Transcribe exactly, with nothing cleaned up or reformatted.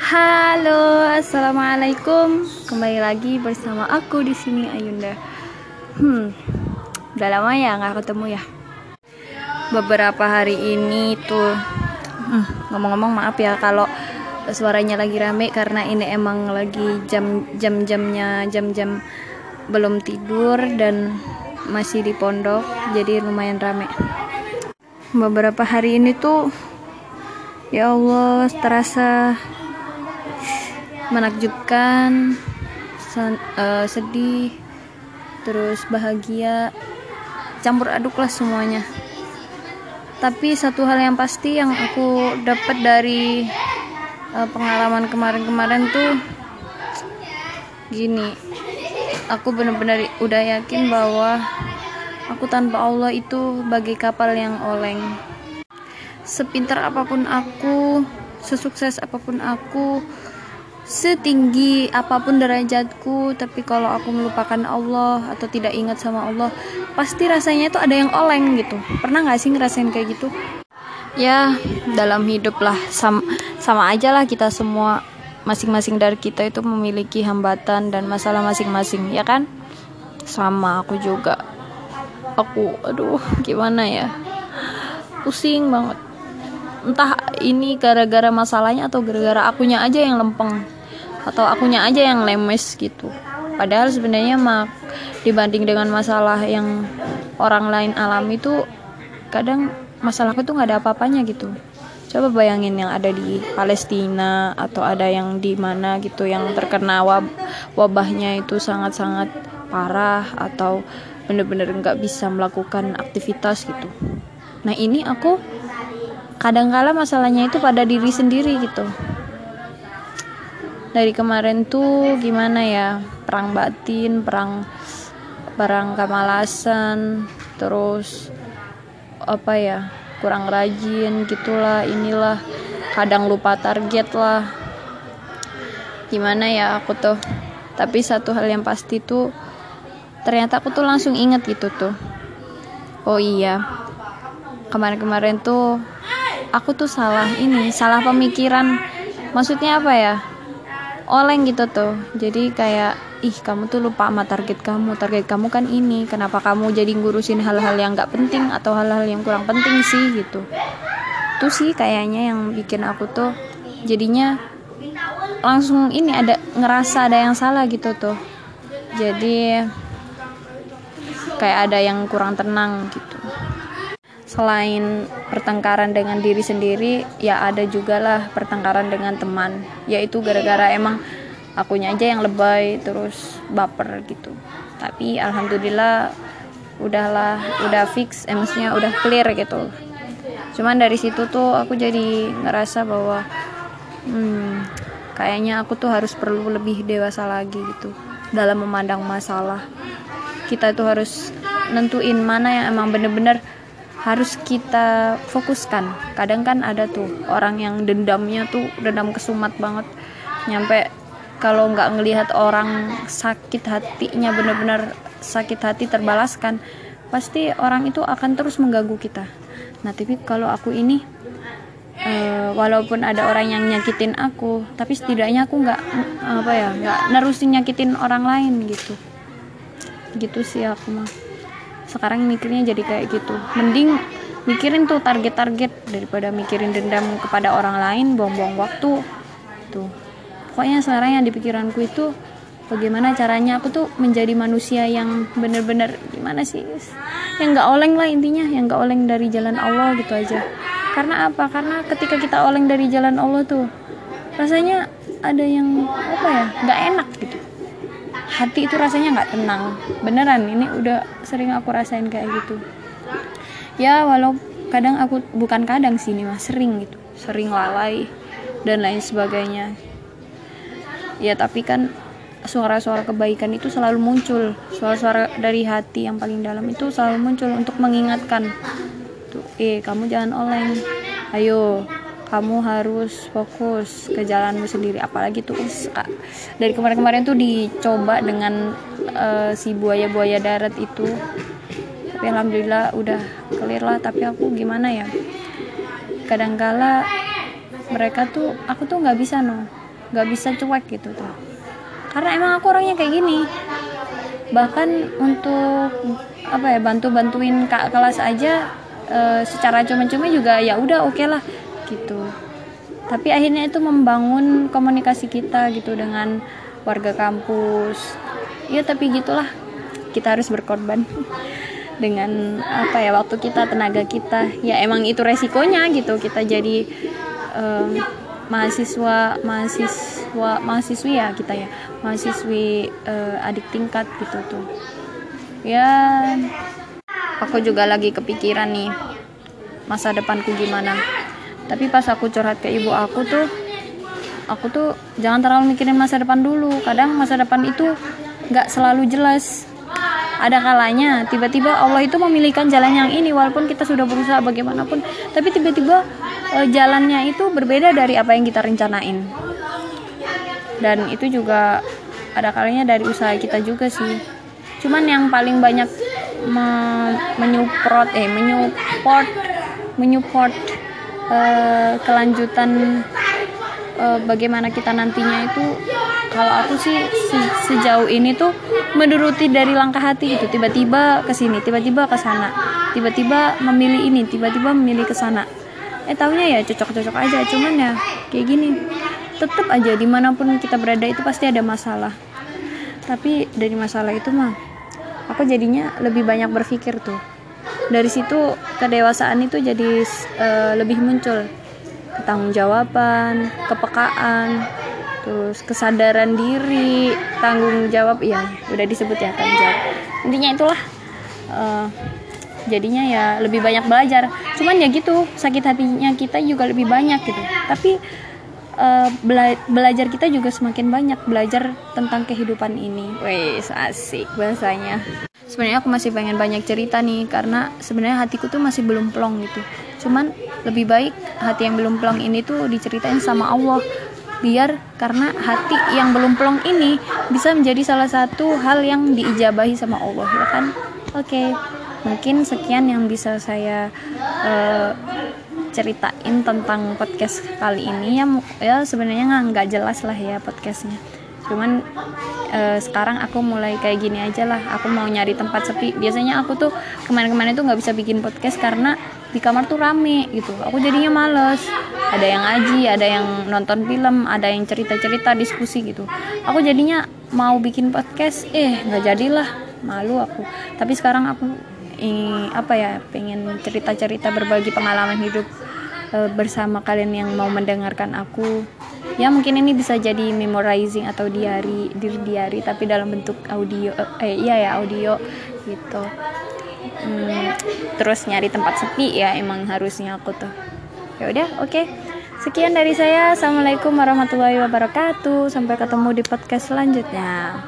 Halo, assalamualaikum. Kembali lagi bersama aku di sini Ayunda. Hmm, udah lama ya nggak ketemu ya. Beberapa hari ini tuh, hmm, ngomong-ngomong maaf ya kalau suaranya lagi rame karena ini emang lagi jam jam jamnya jam jam belum tidur dan masih di pondok, jadi lumayan rame. Beberapa hari ini tuh, ya Allah, terasa menakjubkan, sen- uh, sedih, terus bahagia, campur aduk lah semuanya. Tapi satu hal yang pasti yang aku dapat dari uh, pengalaman kemarin-kemarin tuh gini, aku benar-benar udah yakin bahwa aku tanpa Allah itu bagai kapal yang oleng. Sepintar apapun aku, sesukses apapun aku, setinggi apapun derajatku, tapi kalau aku melupakan Allah atau tidak ingat sama Allah, pasti rasanya itu ada yang oleng gitu. Pernah gak sih ngerasain kayak gitu? Ya, dalam hidup lah, sama, sama aja lah kita semua. Masing-masing dari kita itu memiliki hambatan dan masalah masing-masing, ya kan? Sama aku juga. Aku, aduh, gimana ya? Pusing banget. Entah ini gara-gara masalahnya atau gara-gara akunya aja yang lempeng, atau akunya aja yang lemes gitu. Padahal sebenarnya mak dibanding dengan masalah yang orang lain alami itu, kadang masalahku tuh nggak ada apa-apanya gitu. Coba bayangin yang ada di Palestina atau ada yang di mana gitu yang terkena wab- wabahnya itu sangat-sangat parah atau bener-bener nggak bisa melakukan aktivitas gitu. Nah ini aku kadang-kala masalahnya itu pada diri sendiri gitu. Dari kemarin tuh gimana ya, perang batin, perang perang kemalasan, terus apa ya, kurang rajin gitulah, inilah, kadang lupa target lah, gimana ya aku tuh. Tapi satu hal yang pasti tuh, ternyata aku tuh langsung inget gitu tuh, oh iya, kemarin-kemarin tuh aku tuh salah ini, salah pemikiran. Maksudnya apa ya, oleng gitu tuh. Jadi kayak, ih kamu tuh lupa sama target kamu, target kamu kan ini, kenapa kamu jadi ngurusin hal-hal yang gak penting atau hal-hal yang kurang penting sih gitu. Itu sih kayaknya yang bikin aku tuh jadinya langsung ini, ada ngerasa ada yang salah gitu tuh. Jadi kayak ada yang kurang tenang gitu. Selain pertengkaran dengan diri sendiri, ya ada juga lah pertengkaran dengan teman, yaitu gara-gara emang akunya aja yang lebay terus baper gitu. Tapi alhamdulillah udahlah, udah fix, emosinya udah clear gitu. Cuman dari situ tuh aku jadi ngerasa bahwa hmm, kayaknya aku tuh harus perlu lebih dewasa lagi gitu dalam memandang masalah. Kita tuh harus nentuin mana yang emang bener-bener harus kita fokuskan. Kadang kan ada tuh orang yang dendamnya tuh dendam kesumat banget, nyampe kalau nggak ngelihat orang sakit hatinya, benar-benar sakit hati terbalaskan, pasti orang itu akan terus mengganggu kita. Nah tapi kalau aku ini, uh, walaupun ada orang yang nyakitin aku, tapi setidaknya aku nggak apa ya nggak nerusin nyakitin orang lain gitu. Gitu sih aku mah. Sekarang mikirnya jadi kayak gitu, mending mikirin tuh target-target daripada mikirin dendam kepada orang lain, buang-buang waktu tuh. Pokoknya sekarang yang di pikiranku itu bagaimana caranya aku tuh menjadi manusia yang bener-bener gimana sih, yang gak oleng lah intinya, yang gak oleng dari jalan Allah gitu aja. Karena apa? Karena ketika kita oleng dari jalan Allah tuh rasanya ada yang apa ya, gak enak gitu. Hati itu rasanya gak tenang. Beneran, ini udah sering aku rasain kayak gitu. Ya walau kadang aku, bukan kadang sih ini mah sering gitu, sering lalai dan lain sebagainya. Ya tapi kan suara-suara kebaikan itu selalu muncul, suara-suara dari hati yang paling dalam itu selalu muncul untuk mengingatkan tuh, eh kamu jangan oleng, ayo kamu harus fokus ke jalanmu sendiri. Apalagi tuh dari kemarin-kemarin tuh dicoba dengan uh, si buaya-buaya darat itu, tapi alhamdulillah udah clear lah. Tapi aku gimana ya, kadangkala mereka tuh, aku tuh nggak bisa no nggak bisa cuek gitu tuh, karena emang aku orangnya kayak gini. Bahkan untuk apa ya, bantu bantuin kak kelas aja e, secara cuma-cuma juga ya udah oke okay lah gitu. Tapi akhirnya itu membangun komunikasi kita gitu dengan warga kampus ya. Tapi gitulah, kita harus berkorban dengan apa ya, waktu kita, tenaga kita ya, emang itu resikonya gitu. Kita jadi um, mahasiswa mahasiswa mahasiswi ya kita ya mahasiswi uh, adik tingkat gitu tuh ya. Aku juga lagi kepikiran nih masa depanku gimana. Tapi pas aku curhat ke ibu aku tuh, aku tuh jangan terlalu mikirin masa depan dulu. Kadang masa depan itu gak selalu jelas. Ada kalanya tiba-tiba Allah itu memilihkan jalan yang ini, walaupun kita sudah berusaha bagaimanapun, tapi tiba-tiba e, jalannya itu berbeda dari apa yang kita rencanain. Dan itu juga ada kalanya dari usaha kita juga sih. Cuman yang paling banyak me- menyupport eh menyupport menyupport e, kelanjutan e, bagaimana kita nantinya itu, kalau aku sih se- sejauh ini tuh menuruti dari langkah hati gitu. Tiba-tiba ke sini, tiba-tiba ke sana, tiba-tiba memilih ini, tiba-tiba memilih ke sana. Eh taunya ya cocok-cocok aja. Cuman ya kayak gini, tetap aja dimanapun kita berada itu pasti ada masalah. Tapi dari masalah itu mah aku jadinya lebih banyak berpikir tuh. Dari situ kedewasaan itu jadi uh, lebih muncul, ketanggung-jawaban, kepekaan, terus kesadaran diri, tanggung jawab, ya udah disebut ya, tanggung jawab. Intinya itulah, uh, jadinya ya lebih banyak belajar. Cuman ya gitu, sakit hatinya kita juga lebih banyak gitu. Tapi uh, bela- belajar kita juga semakin banyak, belajar tentang kehidupan ini. Wes asik bahasanya. Sebenarnya aku masih pengen banyak cerita nih, karena sebenarnya hatiku tuh masih belum plong gitu. Cuman lebih baik hati yang belum plong ini tuh diceritain sama Allah, biar karena hati yang belum plong ini bisa menjadi salah satu hal yang diijabahi sama Allah, ya kan? Oke, okay. Mungkin sekian yang bisa saya uh, ceritain tentang podcast kali ini ya. Ya sebenarnya nggak jelas lah ya podcastnya. Cuman uh, sekarang aku mulai kayak gini aja lah. Aku mau nyari tempat sepi. Biasanya aku tuh kemarin-kemarin tuh nggak bisa bikin podcast karena di kamar tuh rame gitu. Aku jadinya males. Ada yang ngaji, ada yang nonton film, ada yang cerita-cerita, diskusi gitu. Aku jadinya mau bikin podcast, eh nggak jadilah, malu aku. Tapi sekarang aku eh, apa ya, pengen cerita-cerita, berbagi pengalaman hidup eh, bersama kalian yang mau mendengarkan aku. Ya mungkin ini bisa jadi memorizing atau diary, dear diary, tapi dalam bentuk audio. Eh iya ya audio gitu. Hmm, terus nyari tempat sepi ya, emang harusnya aku tuh. Ya udah, oke. Okay. Sekian dari saya. Assalamualaikum warahmatullahi wabarakatuh. Sampai ketemu di podcast selanjutnya.